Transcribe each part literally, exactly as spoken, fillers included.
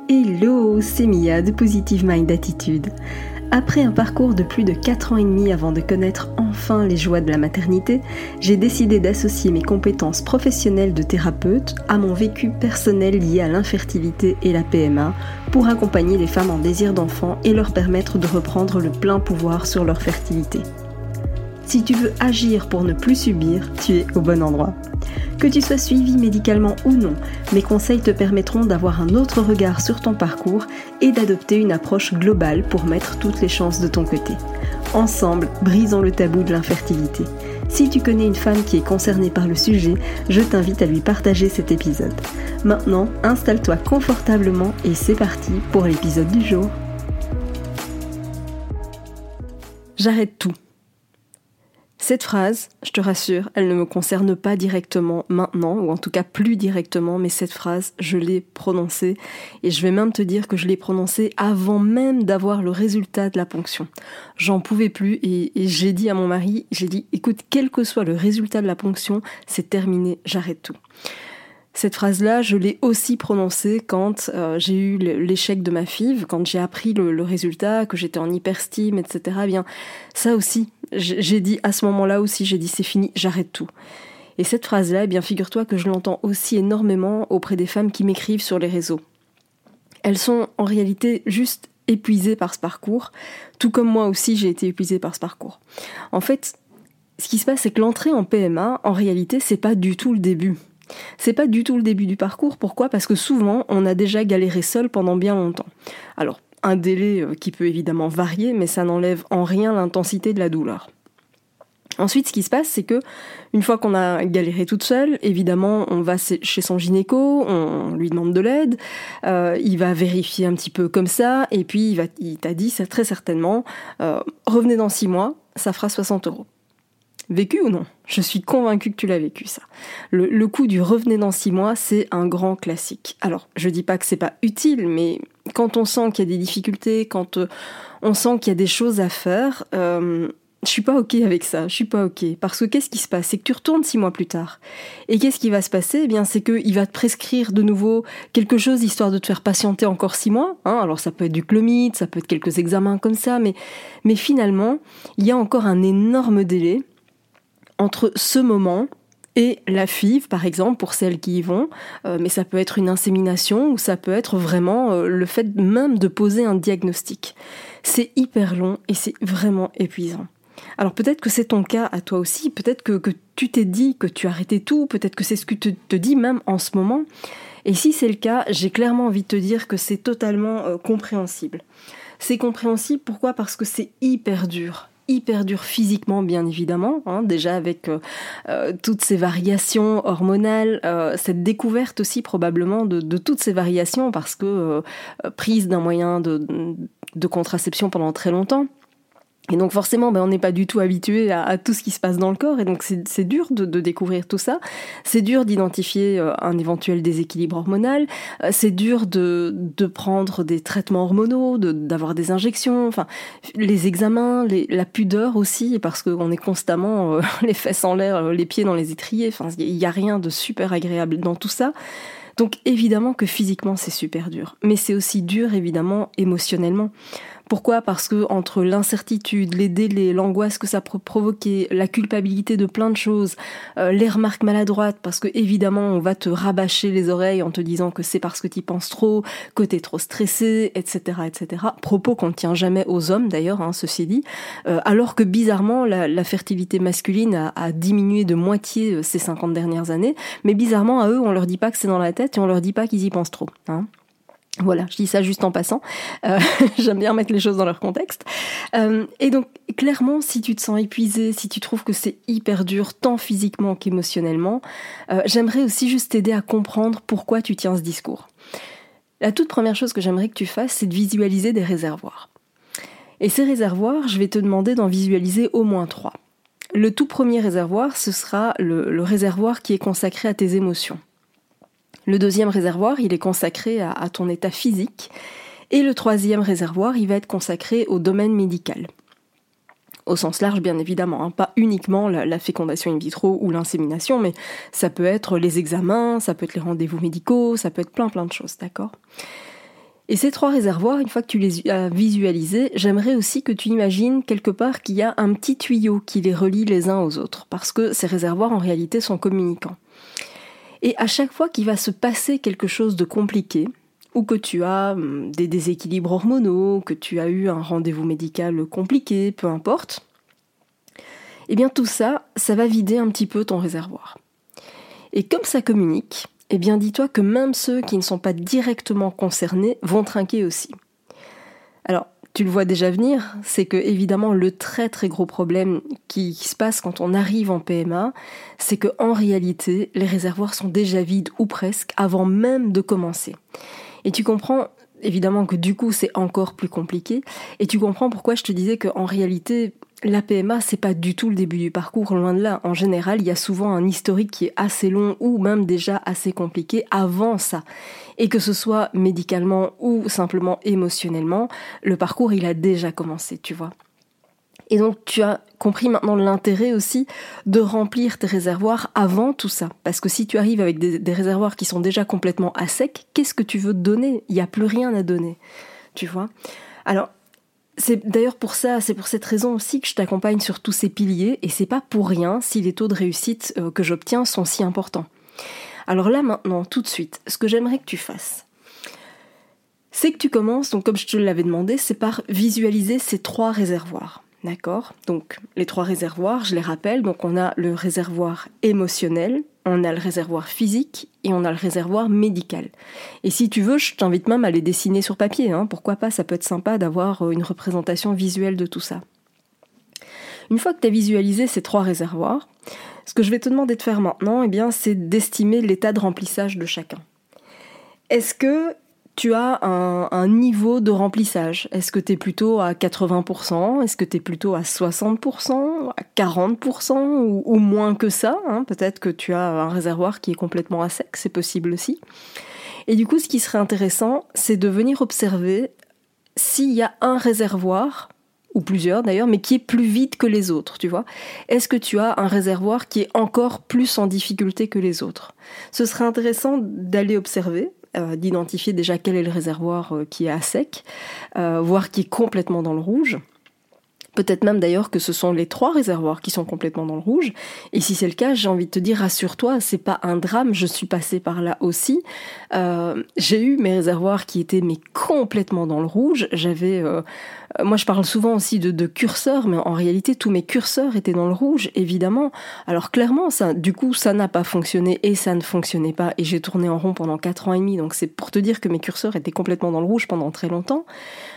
Hello, c'est Mia de Positive Mind Attitude. Après un parcours de plus de quatre ans et demi avant de connaître enfin les joies de la maternité, j'ai décidé d'associer mes compétences professionnelles de thérapeute à mon vécu personnel lié à l'infertilité et la P M A pour accompagner les femmes en désir d'enfant et leur permettre de reprendre le plein pouvoir sur leur fertilité. Si tu veux agir pour ne plus subir, tu es au bon endroit. Que tu sois suivi médicalement ou non, mes conseils te permettront d'avoir un autre regard sur ton parcours et d'adopter une approche globale pour mettre toutes les chances de ton côté. Ensemble, brisons le tabou de l'infertilité. Si tu connais une femme qui est concernée par le sujet, je t'invite à lui partager cet épisode. Maintenant, installe-toi confortablement et c'est parti pour l'épisode du jour. J'arrête tout. Cette phrase, je te rassure, elle ne me concerne pas directement maintenant, ou en tout cas plus directement, mais cette phrase, je l'ai prononcée, et je vais même te dire que je l'ai prononcée avant même d'avoir le résultat de la ponction. J'en pouvais plus, et, et j'ai dit à mon mari, j'ai dit, écoute, quel que soit le résultat de la ponction, c'est terminé, j'arrête tout. Cette phrase-là, je l'ai aussi prononcée quand euh, j'ai eu l'échec de ma F I V, quand j'ai appris le, le résultat, que j'étais en hyperstime, et cetera. Eh bien, ça aussi, j'ai dit à ce moment-là aussi, j'ai dit c'est fini, j'arrête tout. Et cette phrase-là, eh bien, figure-toi que je l'entends aussi énormément auprès des femmes qui m'écrivent sur les réseaux. Elles sont en réalité juste épuisées par ce parcours, tout comme moi aussi j'ai été épuisée par ce parcours. En fait, ce qui se passe, c'est que l'entrée en P M A, en réalité, c'est pas du tout le début. C'est pas du tout le début du parcours. Pourquoi ? Parce que souvent, on a déjà galéré seul pendant bien longtemps. Alors, un délai qui peut évidemment varier, mais ça n'enlève en rien l'intensité de la douleur. Ensuite, ce qui se passe, c'est que une fois qu'on a galéré toute seule, évidemment, on va chez son gynéco, on lui demande de l'aide, euh, il va vérifier un petit peu comme ça, et puis il, va, il t'a dit, ça, très certainement, euh, revenez dans six mois, ça fera soixante euros. Vécu ou non ? Je suis convaincue que tu l'as vécu, ça. Le, le coup du revenez dans six mois, c'est un grand classique. Alors, je dis pas que c'est pas utile, mais quand on sent qu'il y a des difficultés, quand euh, on sent qu'il y a des choses à faire, euh, je suis pas ok avec ça, je suis pas ok. Parce que qu'est-ce qui se passe ? C'est que tu retournes six mois plus tard. Et qu'est-ce qui va se passer ? Eh bien, c'est qu'il va te prescrire de nouveau quelque chose, histoire de te faire patienter encore six mois. Hein, alors, ça peut être du clomide, ça peut être quelques examens comme ça, mais, mais finalement, il y a encore un énorme délai entre ce moment et la F I V, par exemple, pour celles qui y vont, euh, mais ça peut être une insémination ou ça peut être vraiment euh, le fait même de poser un diagnostic. C'est hyper long et c'est vraiment épuisant. Alors peut-être que c'est ton cas à toi aussi, peut-être que, que tu t'es dit que tu arrêtais tout, peut-être que c'est ce que tu te dis même en ce moment. Et si c'est le cas, j'ai clairement envie de te dire que c'est totalement euh, compréhensible. C'est compréhensible, pourquoi ? Parce que c'est hyper dur. hyper dur physiquement, bien évidemment, hein, déjà avec euh, euh, toutes ces variations hormonales, euh, cette découverte aussi probablement de, de toutes ces variations, parce que euh, prise d'un moyen de, de contraception pendant très longtemps. Et donc forcément, ben, on n'est pas du tout habitué à, à tout ce qui se passe dans le corps, et donc c'est, c'est dur de, de découvrir tout ça. C'est dur d'identifier euh, un éventuel déséquilibre hormonal. Euh, c'est dur de, de prendre des traitements hormonaux, de, d'avoir des injections. Enfin, les examens, les, la pudeur aussi, parce qu'on est constamment euh, les fesses en l'air, les pieds dans les étriers. Enfin, il y a rien de super agréable dans tout ça. Donc évidemment que physiquement c'est super dur, mais c'est aussi dur évidemment émotionnellement. Pourquoi ? Parce que entre l'incertitude, les délais, l'angoisse que ça peut provoquer, la culpabilité de plein de choses, euh, les remarques maladroites, parce que évidemment on va te rabâcher les oreilles en te disant que c'est parce que t'y penses trop, que t'es trop stressé, et cetera, et cetera. Propos qu'on ne tient jamais aux hommes d'ailleurs, hein, ceci dit. Euh, alors que bizarrement la, la fertilité masculine a, a diminué de moitié ces cinquante dernières années, mais bizarrement à eux on leur dit pas que c'est dans la tête et on leur dit pas qu'ils y pensent trop, hein. Voilà, je dis ça juste en passant. Euh, j'aime bien mettre les choses dans leur contexte. Euh, et donc, clairement, si tu te sens épuisé, si tu trouves que c'est hyper dur, tant physiquement qu'émotionnellement, euh, j'aimerais aussi juste t'aider à comprendre pourquoi tu tiens ce discours. La toute première chose que j'aimerais que tu fasses, c'est de visualiser des réservoirs. Et ces réservoirs, je vais te demander d'en visualiser au moins trois. Le tout premier réservoir, ce sera le, le réservoir qui est consacré à tes émotions. Le deuxième réservoir, il est consacré à, à ton état physique. Et le troisième réservoir, il va être consacré au domaine médical. Au sens large, bien évidemment, hein, pas uniquement la, la fécondation in vitro ou l'insémination, mais ça peut être les examens, ça peut être les rendez-vous médicaux, ça peut être plein plein de choses, d'accord ? Et ces trois réservoirs, une fois que tu les as visualisés, j'aimerais aussi que tu imagines quelque part qu'il y a un petit tuyau qui les relie les uns aux autres, parce que ces réservoirs en réalité sont communicants. Et à chaque fois qu'il va se passer quelque chose de compliqué, ou que tu as des déséquilibres hormonaux, que tu as eu un rendez-vous médical compliqué, peu importe, eh bien tout ça, ça va vider un petit peu ton réservoir. Et comme ça communique, eh bien dis-toi que même ceux qui ne sont pas directement concernés vont trinquer aussi. Alors, tu le vois déjà venir, c'est que évidemment le très très gros problème qui, qui se passe quand on arrive en P M A, c'est que en réalité, les réservoirs sont déjà vides ou presque avant même de commencer. Et tu comprends évidemment que du coup c'est encore plus compliqué, et tu comprends pourquoi je te disais qu'en réalité, la P M A, c'est pas du tout le début du parcours, loin de là. En général, il y a souvent un historique qui est assez long ou même déjà assez compliqué avant ça. Et que ce soit médicalement ou simplement émotionnellement, le parcours, il a déjà commencé, tu vois. Et donc, tu as compris maintenant l'intérêt aussi de remplir tes réservoirs avant tout ça. Parce que si tu arrives avec des, des réservoirs qui sont déjà complètement à sec, qu'est-ce que tu veux donner ? Il n'y a plus rien à donner, tu vois. Alors, c'est d'ailleurs pour ça, c'est pour cette raison aussi que je t'accompagne sur tous ces piliers, et c'est pas pour rien si les taux de réussite euh, que j'obtiens sont si importants. Alors là maintenant, tout de suite, ce que j'aimerais que tu fasses, c'est que tu commences, donc comme je te l'avais demandé, c'est par visualiser ces trois réservoirs. D'accord ? Donc les trois réservoirs, je les rappelle, donc on a le réservoir émotionnel, on a le réservoir physique et on a le réservoir médical. Et si tu veux, je t'invite même à les dessiner sur papier, hein, pourquoi pas, ça peut être sympa d'avoir une représentation visuelle de tout ça. Une fois que tu as visualisé ces trois réservoirs, ce que je vais te demander de faire maintenant, eh bien, c'est d'estimer l'état de remplissage de chacun. Est-ce que tu as un, un niveau de remplissage ? Est-ce que tu es plutôt à quatre-vingts pour cent ? Est-ce que tu es plutôt à soixante pour cent ? À quarante pour cent ? Ou, ou moins que ça, hein ? Peut-être que tu as un réservoir qui est complètement à sec, c'est possible aussi. Et du coup, ce qui serait intéressant, c'est de venir observer s'il y a un réservoir, ou plusieurs d'ailleurs, mais qui est plus vide que les autres, tu vois. Est-ce que tu as un réservoir qui est encore plus en difficulté que les autres ? Ce serait intéressant d'aller observer, Euh, d'identifier déjà quel est le réservoir euh, qui est à sec, euh, voire qui est complètement dans le rouge. Peut-être même d'ailleurs que ce sont les trois réservoirs qui sont complètement dans le rouge. Et si c'est le cas, j'ai envie de te dire, rassure-toi, c'est pas un drame, je suis passée par là aussi. Euh, j'ai eu mes réservoirs qui étaient mais complètement dans le rouge. J'avais, euh, moi je parle souvent aussi de, de curseurs, mais en réalité tous mes curseurs étaient dans le rouge, évidemment. Alors clairement, ça, du coup, ça n'a pas fonctionné et ça ne fonctionnait pas. Et j'ai tourné en rond pendant quatre ans et demi, donc c'est pour te dire que mes curseurs étaient complètement dans le rouge pendant très longtemps.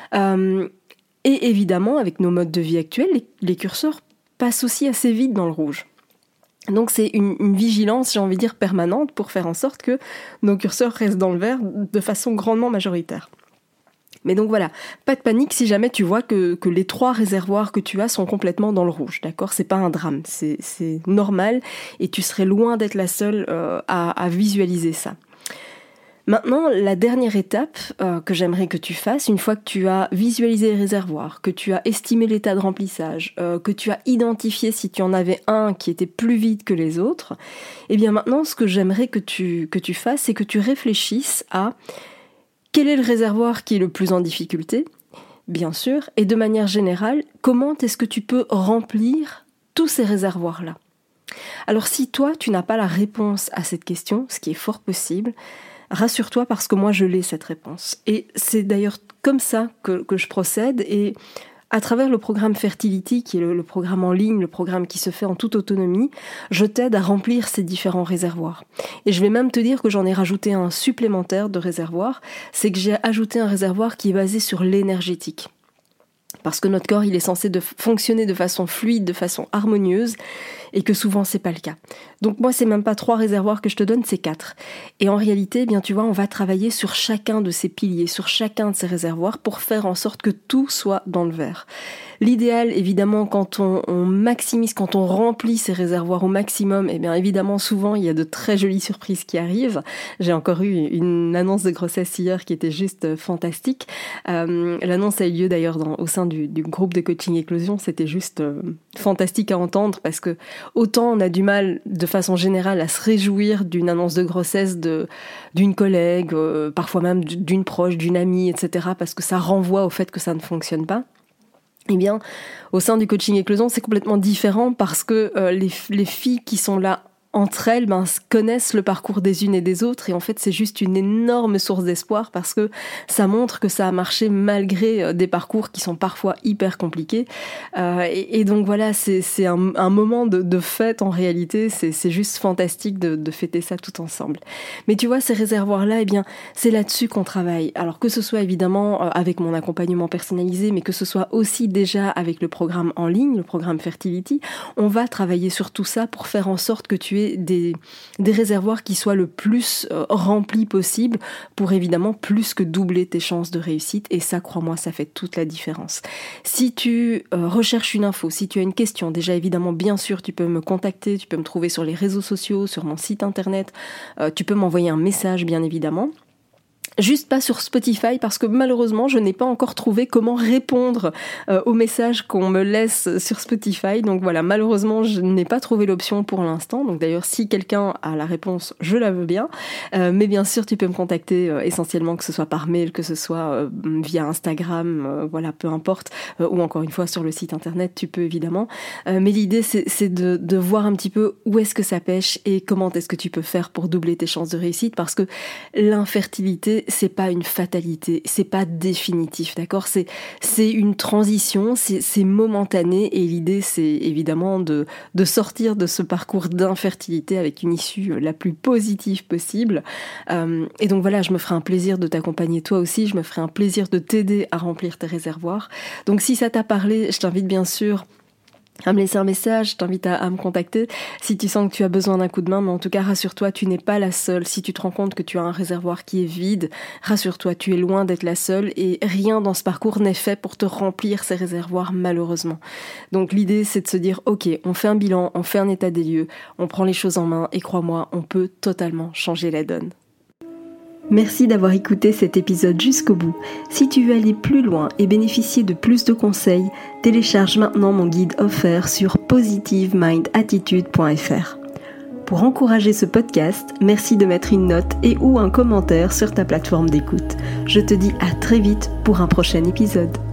Euh, Et évidemment, avec nos modes de vie actuels, les, les curseurs passent aussi assez vite dans le rouge. Donc c'est une, une vigilance, j'ai envie de dire, permanente pour faire en sorte que nos curseurs restent dans le vert de façon grandement majoritaire. Mais donc voilà, pas de panique si jamais tu vois que, que les trois réservoirs que tu as sont complètement dans le rouge, d'accord ? C'est pas un drame, c'est, c'est normal et tu serais loin d'être la seule euh, à, à visualiser ça. Maintenant, la dernière étape euh, que j'aimerais que tu fasses, une fois que tu as visualisé les réservoirs, que tu as estimé l'état de remplissage, euh, que tu as identifié si tu en avais un qui était plus vide que les autres, eh bien maintenant, ce que j'aimerais que tu, que tu fasses, c'est que tu réfléchisses à quel est le réservoir qui est le plus en difficulté, bien sûr, et de manière générale, comment est-ce que tu peux remplir tous ces réservoirs-là ? Alors si toi, tu n'as pas la réponse à cette question, ce qui est fort possible, rassure-toi parce que moi je l'ai cette réponse. Et c'est d'ailleurs comme ça que, que je procède et à travers le programme Fertility, qui est le, le programme en ligne, le programme qui se fait en toute autonomie, je t'aide à remplir ces différents réservoirs. Et je vais même te dire que j'en ai rajouté un supplémentaire de réservoir, c'est que j'ai ajouté un réservoir qui est basé sur l'énergétique. Parce que notre corps, il est censé de fonctionner de façon fluide, de façon harmonieuse, et que souvent c'est pas le cas. Donc moi c'est même pas trois réservoirs que je te donne, c'est quatre. Et en réalité, eh bien tu vois, on va travailler sur chacun de ces piliers, sur chacun de ces réservoirs pour faire en sorte que tout soit dans le vert. L'idéal, évidemment, quand on, on maximise, quand on remplit ces réservoirs au maximum, eh bien évidemment, souvent, il y a de très jolies surprises qui arrivent. J'ai encore eu une annonce de grossesse hier qui était juste fantastique. Euh, l'annonce a eu lieu d'ailleurs dans, au sein du, du groupe de coaching Éclosion, c'était juste euh, fantastique à entendre parce que autant on a du mal de façon générale à se réjouir d'une annonce de grossesse de, d'une collègue, euh, parfois même d'une proche, d'une amie, et cetera, parce que ça renvoie au fait que ça ne fonctionne pas. Eh bien, au sein du coaching Éclosion, c'est complètement différent parce que euh, les, les filles qui sont là entre elles ben, connaissent le parcours des unes et des autres et en fait c'est juste une énorme source d'espoir parce que ça montre que ça a marché malgré des parcours qui sont parfois hyper compliqués euh, et, et donc voilà c'est, c'est un, un moment de, de fête en réalité, c'est, c'est juste fantastique de, de fêter ça tout ensemble. Mais tu vois ces réservoirs là, eh bien c'est là-dessus qu'on travaille, alors que ce soit évidemment avec mon accompagnement personnalisé mais que ce soit aussi déjà avec le programme en ligne, le programme Fertility, on va travailler sur tout ça pour faire en sorte que tu aies Des, des réservoirs qui soient le plus euh, remplis possible pour évidemment plus que doubler tes chances de réussite et ça, crois-moi, ça fait toute la différence. Si tu euh, recherches une info, si tu as une question, déjà évidemment, bien sûr, tu peux me contacter, tu peux me trouver sur les réseaux sociaux, sur mon site internet, euh, tu peux m'envoyer un message, bien évidemment. Juste pas sur Spotify parce que malheureusement je n'ai pas encore trouvé comment répondre euh, aux messages qu'on me laisse sur Spotify, donc voilà, malheureusement je n'ai pas trouvé l'option pour l'instant, donc d'ailleurs si quelqu'un a la réponse je la veux bien, euh, mais bien sûr tu peux me contacter euh, essentiellement que ce soit par mail, que ce soit euh, via Instagram, euh, voilà peu importe, euh, ou encore une fois sur le site internet tu peux évidemment, euh, mais l'idée c'est, c'est de, de voir un petit peu où est-ce que ça pêche et comment est-ce que tu peux faire pour doubler tes chances de réussite parce que l'infertilité c'est pas une fatalité, c'est pas définitif, d'accord ? C'est, c'est une transition, c'est, c'est momentané et l'idée c'est évidemment de, de sortir de ce parcours d'infertilité avec une issue la plus positive possible. Euh, et donc voilà, je me ferai un plaisir de t'accompagner toi aussi, je me ferai un plaisir de t'aider à remplir tes réservoirs. Donc si ça t'a parlé, je t'invite bien sûr à me laisser un message, je t'invite à, à me contacter si tu sens que tu as besoin d'un coup de main, mais en tout cas rassure-toi, tu n'es pas la seule. Si tu te rends compte que tu as un réservoir qui est vide, rassure-toi, tu es loin d'être la seule et rien dans ce parcours n'est fait pour te remplir ces réservoirs malheureusement. Donc l'idée c'est de se dire ok, on fait un bilan, on fait un état des lieux, on prend les choses en main et crois-moi, on peut totalement changer la donne. Merci d'avoir écouté cet épisode jusqu'au bout. Si tu veux aller plus loin et bénéficier de plus de conseils, télécharge maintenant mon guide offert sur positive mind attitude point f r. Pour encourager ce podcast, merci de mettre une note et ou un commentaire sur ta plateforme d'écoute. Je te dis à très vite pour un prochain épisode.